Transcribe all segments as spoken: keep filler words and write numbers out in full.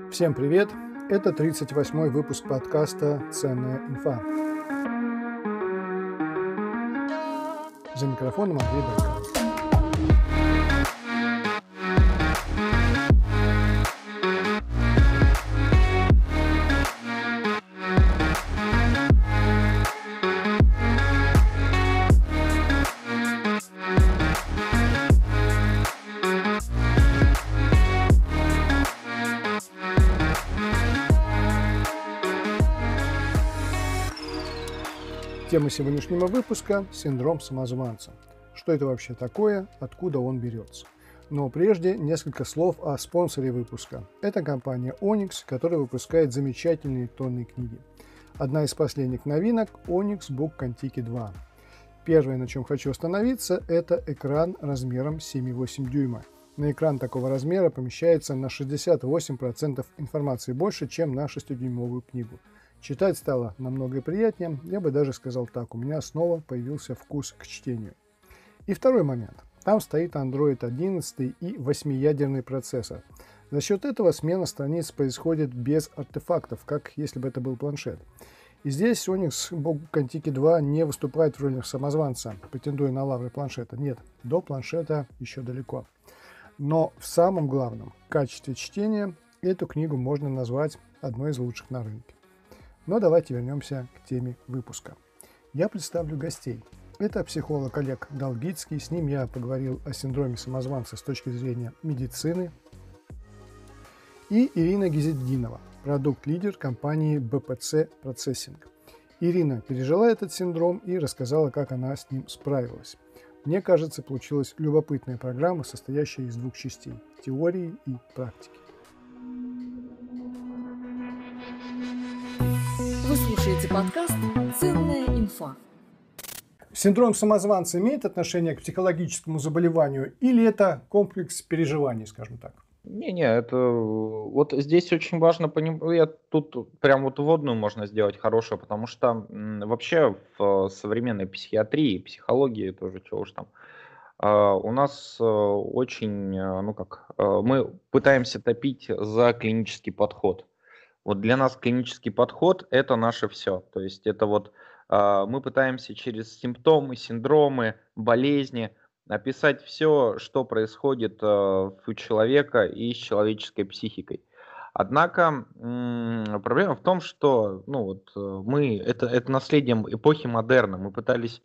Всем привет! Это тридцать восьмой выпуск подкаста «Ценная инфа». За микрофоном Андрей Байкалов. Тема сегодняшнего выпуска – синдром самозванца. Что это вообще такое, откуда он берется? Но прежде несколько слов о спонсоре выпуска. Это компания Onyx, которая выпускает замечательные электронные книги. Одна из последних новинок – Onyx Book Contiki два. Первое, на чем хочу остановиться, это экран размером семь и восемь десятых дюйма. На экран такого размера помещается на шестьдесят восемь процентов информации больше, чем на шестидюймовую книгу. Читать стало намного приятнее, я бы даже сказал так, у меня снова появился вкус к чтению. И второй момент. Там стоит Android одиннадцать и восьмиядерный процессор. За счет этого смена страниц происходит без артефактов, как если бы это был планшет. И здесь Onyx Book Contiki два не выступает в роли самозванца, претендуя на лавры планшета. Нет, до планшета еще далеко. Но в самом главном качестве чтения эту книгу можно назвать одной из лучших на рынке. Но давайте вернемся к теме выпуска. Я представлю гостей. Это психолог Олег Долгицкий. С ним я поговорил о синдроме самозванца с точки зрения медицины. И Ирина Гизетдинова, продукт-лидер компании бэ пэ цэ Процессинг. Ирина пережила этот синдром и рассказала, как она с ним справилась. Мне кажется, получилась любопытная программа, состоящая из двух частей – теории и практики. Вы слушаете подкаст «Ценная инфа». Синдром самозванца имеет отношение к психологическому заболеванию или это комплекс переживаний, скажем так? Не-не, это вот здесь очень важно понимать, тут прям вот вводную можно сделать хорошую, потому что м, вообще в современной психиатрии, психологии тоже, чего уж там, а, у нас э, очень, э, ну как, э, мы пытаемся топить за клинический подход. Вот для нас клинический подход – это наше все. То есть это вот э, мы пытаемся через симптомы, синдромы, болезни описать все, что происходит э, у человека и с человеческой психикой. Однако м, проблема в том, что ну, вот, э, мы это, это наследие эпохи модерна. Мы пытались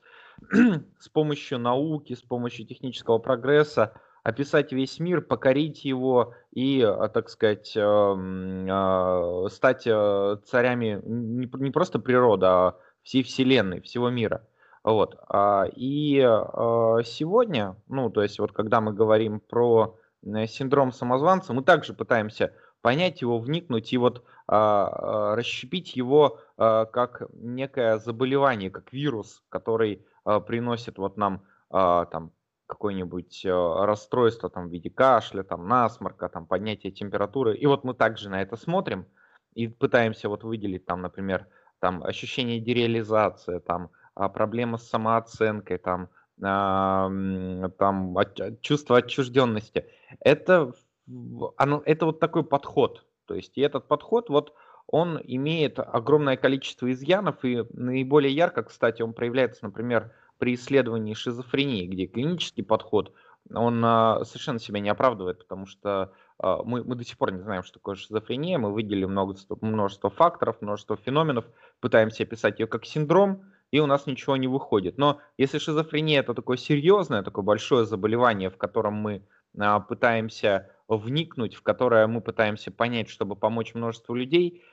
с помощью науки, с помощью технического прогресса описать весь мир, покорить его и, а, так сказать, эм, а, стать э, царями не п- не просто природы, а всей Вселенной, всего мира. Вот. А, И э, сегодня, ну, то есть вот когда мы говорим про э, синдром самозванца, мы также пытаемся понять его, вникнуть и вот а, а, расщепить его а, как некое заболевание, как вирус, который а, приносит вот нам а, там какое-нибудь э, расстройство там, в виде кашля, там, насморка, там, поднятия температуры. И вот мы также на это смотрим и пытаемся вот выделить, там, например, там, ощущение дереализации, там, а, проблема с самооценкой, там, а, м, там, от- от- чувство отчужденности. Это, в- оно, это вот такой подход. То есть и этот подход, вот, он имеет огромное количество изъянов, и наиболее ярко, кстати, он проявляется, например, при исследовании шизофрении, где клинический подход, он а, совершенно себя не оправдывает, потому что а, мы, мы до сих пор не знаем, что такое шизофрения, мы выделили множество, множество факторов, множество феноменов, пытаемся описать ее как синдром, и у нас ничего не выходит. Но если шизофрения это такое серьезное, такое большое заболевание, в котором мы а, пытаемся вникнуть, в которое мы пытаемся понять, чтобы помочь множеству людей,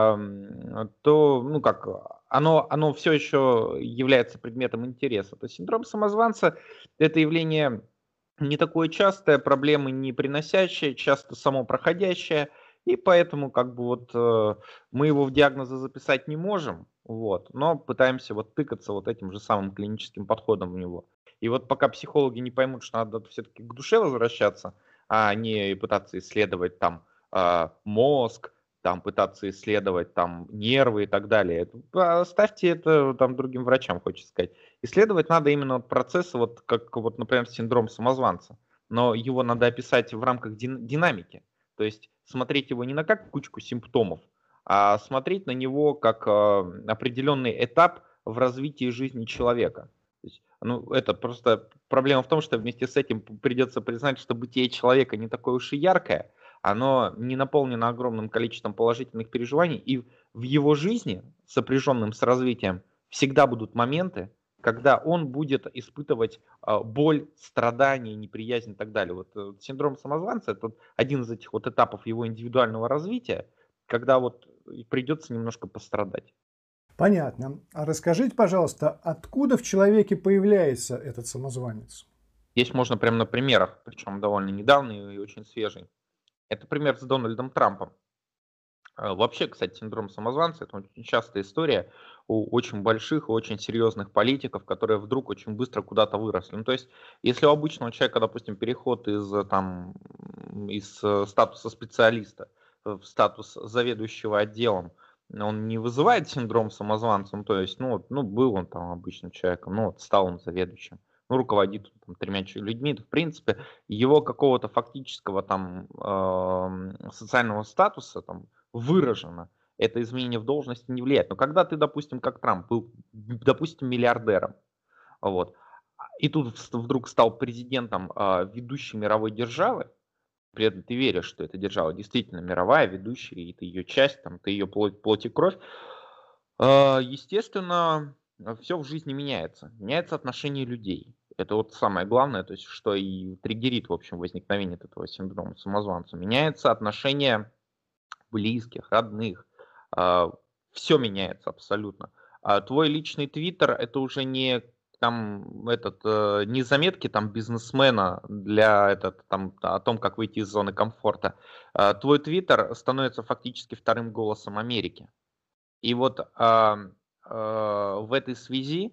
ам, то, ну как, оно, оно все еще является предметом интереса. То есть синдром самозванца – это явление не такое частое, проблемы не приносящее, часто само проходящее, и поэтому как бы вот э, мы его в диагнозы записать не можем, вот, но пытаемся вот тыкаться вот этим же самым клиническим подходом в него. И вот пока психологи не поймут, что надо все-таки к душе возвращаться, а не пытаться исследовать там а, мозг, там пытаться исследовать там нервы и так далее. Это- Оставьте это там другим врачам, хочется сказать. Исследовать надо именно вот процессы, вот как вот, например, синдром самозванца. Но его надо описать в рамках дин- динамики. То есть смотреть его не на как кучку симптомов, а смотреть на него как э, определенный этап в развитии жизни человека. То есть, ну, это просто проблема в том, что вместе с этим придется признать, что бытие человека не такое уж и яркое, оно не наполнено огромным количеством положительных переживаний, и в его жизни, сопряженным с развитием, всегда будут моменты, когда он будет испытывать э, боль, страдания, неприязнь и так далее. Вот э, синдром самозванца — это вот один из этих вот этапов его индивидуального развития, когда вот придется немножко пострадать. Понятно. А расскажите, пожалуйста, откуда в человеке появляется этот самозванец? Здесь можно прямо на примерах, причем довольно недавний и очень свежий. Это пример с Дональдом Трампом. А, Вообще, кстати, синдром самозванца — это очень частая история у очень больших и очень серьезных политиков, которые вдруг очень быстро куда-то выросли. Ну, то есть, если у обычного человека, допустим, переход из, э, там, м, из э, статуса специалиста в статус заведующего отделом, он не вызывает синдром самозванца, ну, то есть, ну, вот, ну, был он там обычным человеком, ну, вот стал он заведующим, ну, руководит он там тремя ч- людьми, то, в принципе, его какого-то фактического там эм, социального статуса там выражено, это изменение в должности не влияет. Но когда ты, допустим, как Трамп, был, допустим, миллиардером, вот, и тут вс- вдруг стал президентом а, ведущей мировой державы, при этом ты веришь, что эта держава действительно мировая, ведущая, и ты ее часть, там, ты ее плоть, плоть и кровь, а, естественно, все в жизни меняется. Меняется отношение людей. Это вот самое главное, то есть, что и триггерит, в общем, возникновение этого синдрома самозванца. Меняется отношение близких, родных. Все меняется абсолютно. А твой личный твиттер — это уже не там этот э, не заметки там бизнесмена для этот там о том, как выйти из зоны комфорта. А твой твиттер становится фактически вторым голосом Америки. И вот а, а, в этой связи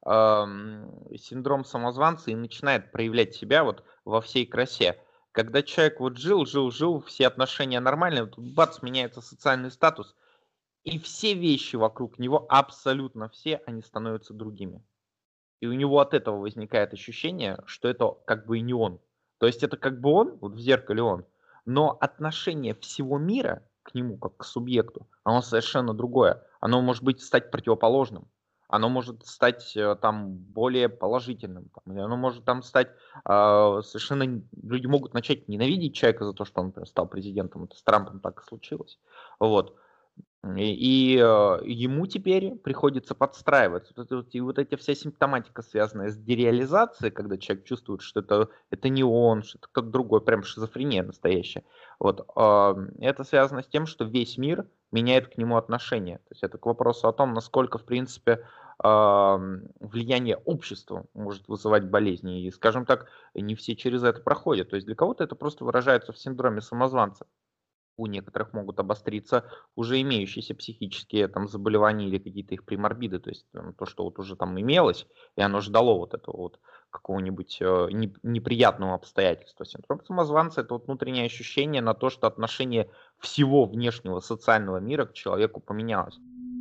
ам, синдром самозванца и начинает проявлять себя вот во всей красе. Когда человек вот жил, жил, жил, все отношения нормальные, вот тут бац, меняется социальный статус, и все вещи вокруг него, абсолютно все, они становятся другими. И у него от этого возникает ощущение, что это как бы и не он. То есть это как бы он, вот в зеркале он, но отношение всего мира к нему, как к субъекту, оно совершенно другое. Оно может быть стать противоположным. Оно может стать э, там более положительным. Там, или оно может там стать а, совершенно... н- Люди могут начать ненавидеть человека за то, что он, например, стал президентом. Это с Трампом так и случилось. Вот. И, и, э, ему теперь приходится подстраиваться. Вот, это вот, и вот эта вся симптоматика, связанная с дереализацией, когда человек чувствует, что это, это не он, что это кто-то другой, прям шизофрения настоящая. Вот, а, это связано с тем, что весь мир меняет к нему отношение. То есть это к вопросу о том, насколько, в принципе, а, влияние общества может вызывать болезни. И, скажем так, не все через это проходят. То есть для кого-то это просто выражается в синдроме самозванца. У некоторых могут обостриться уже имеющиеся психические там заболевания или какие-то их приморбиды, то есть там, то, что вот уже там имелось, и оно ждало вот этого вот какого-нибудь э, не- неприятного обстоятельства. Синдром самозванца — это вот внутреннее ощущение на то, что отношение всего внешнего социального мира к человеку поменялось.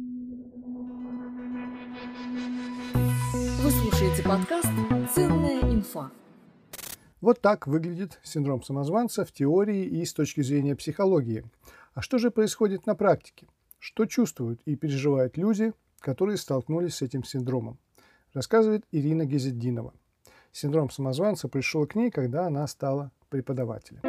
Вы слушаете подкаст «Ценная инфа». Вот так выглядит синдром самозванца в теории и с точки зрения психологии. А что же происходит на практике? Что чувствуют и переживают люди, которые столкнулись с этим синдромом? Рассказывает Ирина Гизетдинова. Синдром самозванца пришел к ней, когда она стала преподавателем.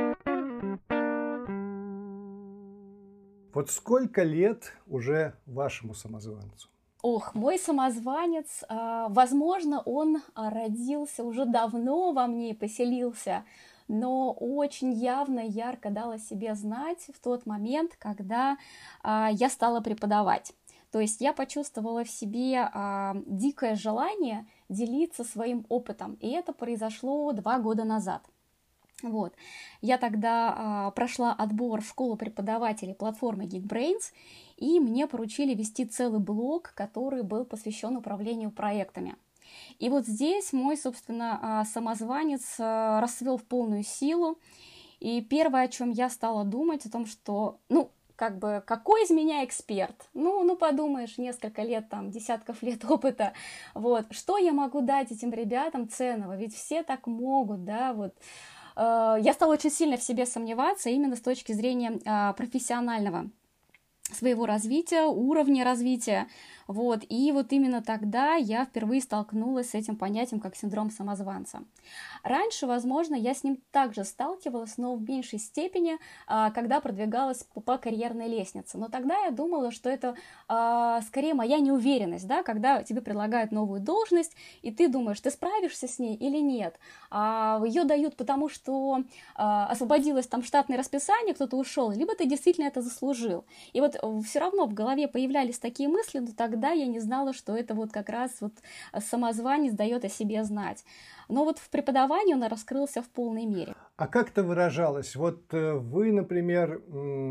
Вот сколько лет уже вашему самозванцу? Ох, мой самозванец, а, возможно, он а, родился уже давно во мне и поселился, но очень явно, ярко дал о себе знать в тот момент, когда а, я стала преподавать. То есть я почувствовала в себе а, дикое желание делиться своим опытом, и это произошло два года назад. Вот. Я тогда а, прошла отбор в школу преподавателей платформы Geekbrains, и мне поручили вести целый блог, который был посвящен управлению проектами. И вот здесь мой, собственно, а, самозванец а, расцвел в полную силу. И первое, о чем я стала думать, о том, что, ну, как бы, какой из меня эксперт? Ну, ну, подумаешь, несколько лет, там, десятков лет опыта, вот, что я могу дать этим ребятам ценного? Ведь все так могут, да, вот, я стала очень сильно в себе сомневаться именно с точки зрения профессионального своего развития, уровня развития. Вот. И вот именно тогда я впервые столкнулась с этим понятием, как синдром самозванца. Раньше, возможно, я с ним также сталкивалась, но в меньшей степени, когда продвигалась по карьерной лестнице. Но тогда я думала, что это скорее моя неуверенность, да, когда тебе предлагают новую должность, и ты думаешь, ты справишься с ней или нет. Ее дают потому, что освободилось там штатное расписание, кто-то ушел, либо ты действительно это заслужил. И вот все равно в голове появлялись такие мысли, но тогда я не знала, что это вот как раз вот самозванец дает о себе знать. Но вот в преподавании он раскрылся в полной мере. А как это выражалось? Вот вы, например,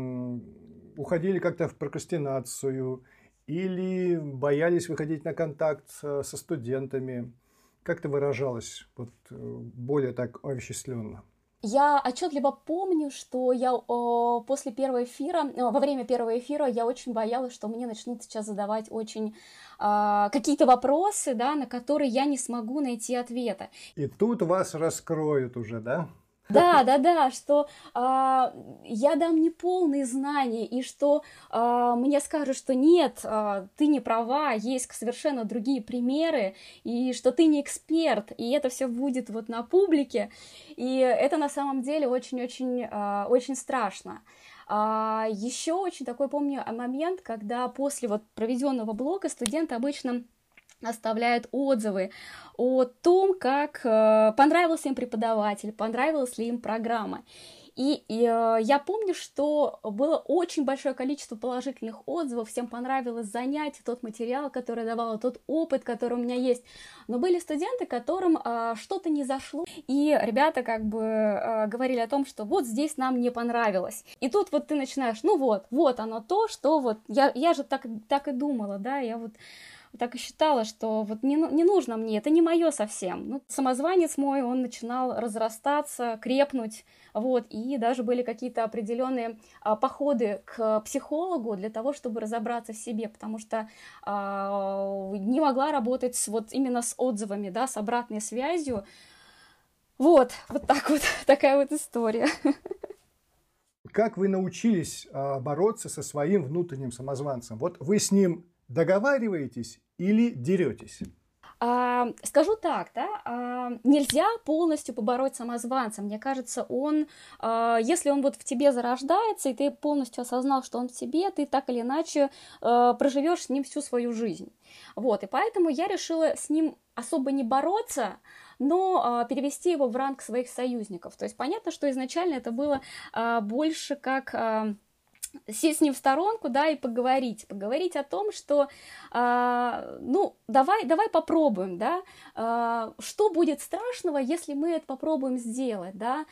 уходили как-то в прокрастинацию или боялись выходить на контакт со студентами? Как это выражалось вот, более так овеществленно? Я отчетливо помню, что я о, после первого эфира, во время первого эфира я очень боялась, что мне начнут сейчас задавать очень э, какие-то вопросы, да, на которые я не смогу найти ответа. И тут вас раскроют уже, да? Да, да, да, что э, я дам неполные знания, и что э, мне скажут, что нет, э, ты не права, есть совершенно другие примеры, и что ты не эксперт, и это все будет вот на публике, и это на самом деле очень-очень э, очень страшно. А еще очень такой помню момент, когда после вот проведенного блока студенты обычно оставляют отзывы о том, как э, понравился им преподаватель, понравилась ли им программа. И, и э, я помню, что было очень большое количество положительных отзывов, всем понравилось занятие, тот материал, который я давала, тот опыт, который у меня есть. Но были студенты, которым э, что-то не зашло, и ребята как бы э, говорили о том, что вот здесь нам не понравилось. И тут вот ты начинаешь, ну вот, вот оно то, что вот, я, я же так, так и думала, да, я вот так и считала, что вот не, не нужно мне, это не мое совсем. Ну, самозванец мой, он начинал разрастаться, крепнуть, вот, и даже были какие-то определенные а, походы к психологу для того, чтобы разобраться в себе, потому что а, не могла работать с, вот именно с отзывами, да, с обратной связью. Вот, вот так вот, такая вот история. Как вы научились а, бороться со своим внутренним самозванцем? Вот вы с ним договариваетесь или деретесь? А, скажу так, да, а, нельзя полностью побороть самозванца. Мне кажется, он, а, если он вот в тебе зарождается, и ты полностью осознал, что он в тебе, ты так или иначе а, проживешь с ним всю свою жизнь. Вот, и поэтому я решила с ним особо не бороться, но а, перевести его в ранг своих союзников. То есть понятно, что изначально это было а, больше как... А, сесть с ним в сторонку, да, и поговорить, поговорить о том, что, э, ну, давай, давай попробуем, да, э, что будет страшного, если мы это попробуем сделать, да,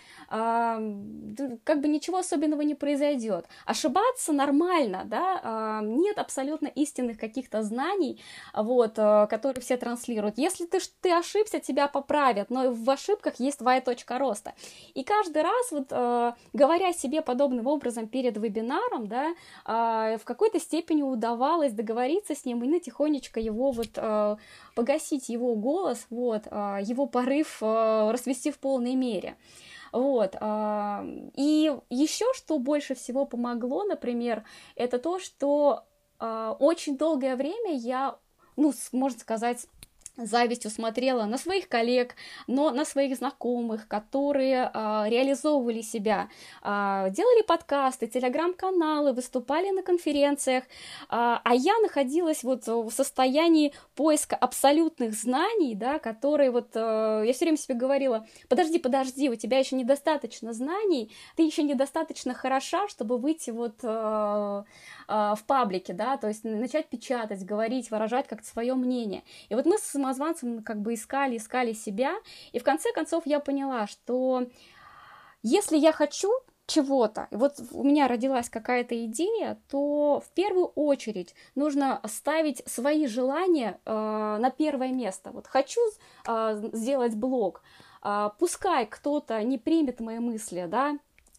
э, как бы ничего особенного не произойдет. Ошибаться нормально, да, э, нет абсолютно истинных каких-то знаний, вот, э, которые все транслируют. Если ты, ты ошибся, тебя поправят, но в ошибках есть твоя точка роста. И каждый раз, вот, э, говоря себе подобным образом перед вебинаром, да, в какой-то степени удавалось договориться с ним и ну, тихонечко его вот погасить его голос, вот, его порыв расцвести в полной мере. Вот. И еще что больше всего помогло, например, это то, что очень долгое время я, ну, можно сказать, с завистью смотрела на своих коллег, но на своих знакомых, которые а, реализовывали себя, а, делали подкасты, телеграм-каналы, выступали на конференциях, а, а я находилась вот в состоянии поиска абсолютных знаний, да, которые вот, а, я все время себе говорила, подожди, подожди, у тебя еще недостаточно знаний, ты еще недостаточно хороша, чтобы выйти вот а, а, в паблике, да, то есть начать печатать, говорить, выражать как-то свое мнение. И вот мы с самозванцем как бы искали, искали себя, и в конце концов я поняла, что если я хочу чего-то, и вот у меня родилась какая-то идея, то в первую очередь нужно ставить свои желания э, на первое место. Вот хочу э, сделать блог, э, пускай кто-то не примет мои мысли, да,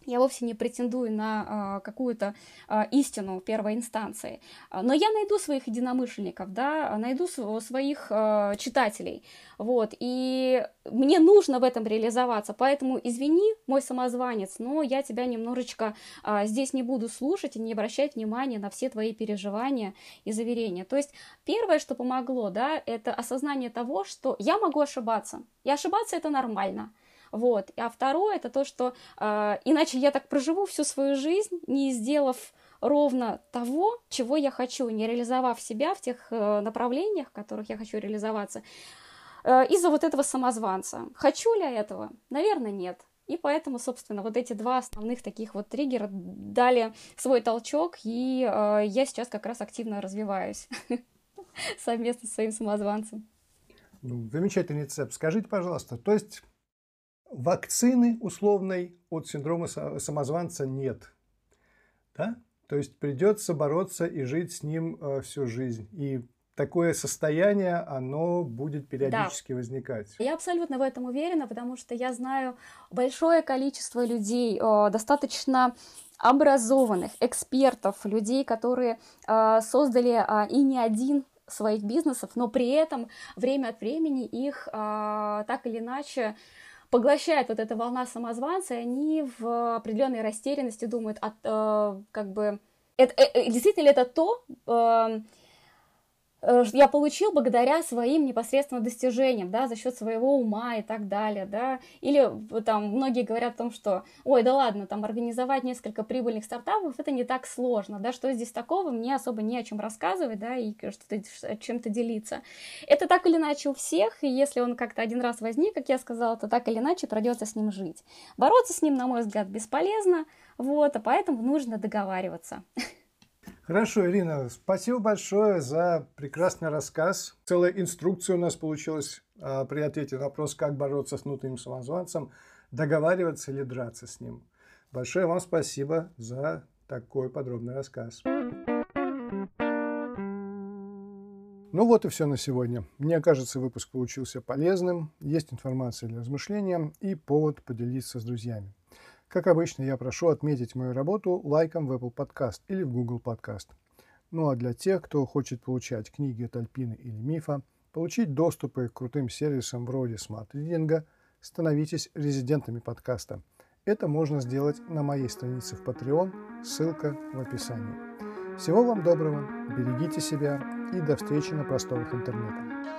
Я вовсе не претендую на э, какую-то э, истину первой инстанции. Но я найду своих единомышленников, да, найду св- своих э, читателей. Вот, и мне нужно в этом реализоваться. Поэтому извини, мой самозванец, но я тебя немножечко э, здесь не буду слушать и не обращать внимания на все твои переживания и заверения. То есть первое, что помогло, да, это осознание того, что я могу ошибаться. И ошибаться это нормально. Вот. А второе, это то, что э, иначе я так проживу всю свою жизнь, не сделав ровно того, чего я хочу, не реализовав себя в тех э, направлениях, в которых я хочу реализоваться, э, из-за вот этого самозванца. Хочу ли я этого? Наверное, нет. И поэтому, собственно, вот эти два основных таких вот триггера дали свой толчок, и э, я сейчас как раз активно развиваюсь совместно со своим самозванцем. Ну, замечательный рецепт. Скажите, пожалуйста, то есть вакцины условной от синдрома самозванца нет, да? То есть придется бороться и жить с ним э, всю жизнь. И такое состояние, оно будет периодически да. возникать. Я абсолютно в этом уверена, потому что я знаю большое количество людей, э, достаточно образованных, экспертов, людей, которые э, создали э, и не один своих бизнесов, но при этом время от времени их э, так или иначе поглощает вот эта волна самозванца, и они в определенной растерянности думают, от, э, как бы, это, э, действительно ли это то, э, я получил благодаря своим непосредственно достижениям, да, за счет своего ума и так далее, да, или там многие говорят о том, что, ой, да ладно, там организовать несколько прибыльных стартапов, это не так сложно, да, что здесь такого, мне особо не о чем рассказывать, да, и что-то, чем-то делиться. Это так или иначе у всех, и если он как-то один раз возник, как я сказала, то так или иначе придется с ним жить. Бороться с ним, на мой взгляд, бесполезно, вот, а поэтому нужно договариваться. Хорошо, Ирина, спасибо большое за прекрасный рассказ. Целая инструкция у нас получилась а, при ответе на вопрос, как бороться с внутренним самозванцем, договариваться или драться с ним. Большое вам спасибо за такой подробный рассказ. Ну вот и все на сегодня. Мне кажется, выпуск получился полезным, есть информация для размышления и повод поделиться с друзьями. Как обычно, я прошу отметить мою работу лайком в Apple Podcast или в Google Podcast. Ну а для тех, кто хочет получать книги от Альпины или Мифа, получить доступы к крутым сервисам вроде Smart Reading, становитесь резидентами подкаста. Это можно сделать на моей странице в Patreon, ссылка в описании. Всего вам доброго, берегите себя и до встречи на просторах интернета.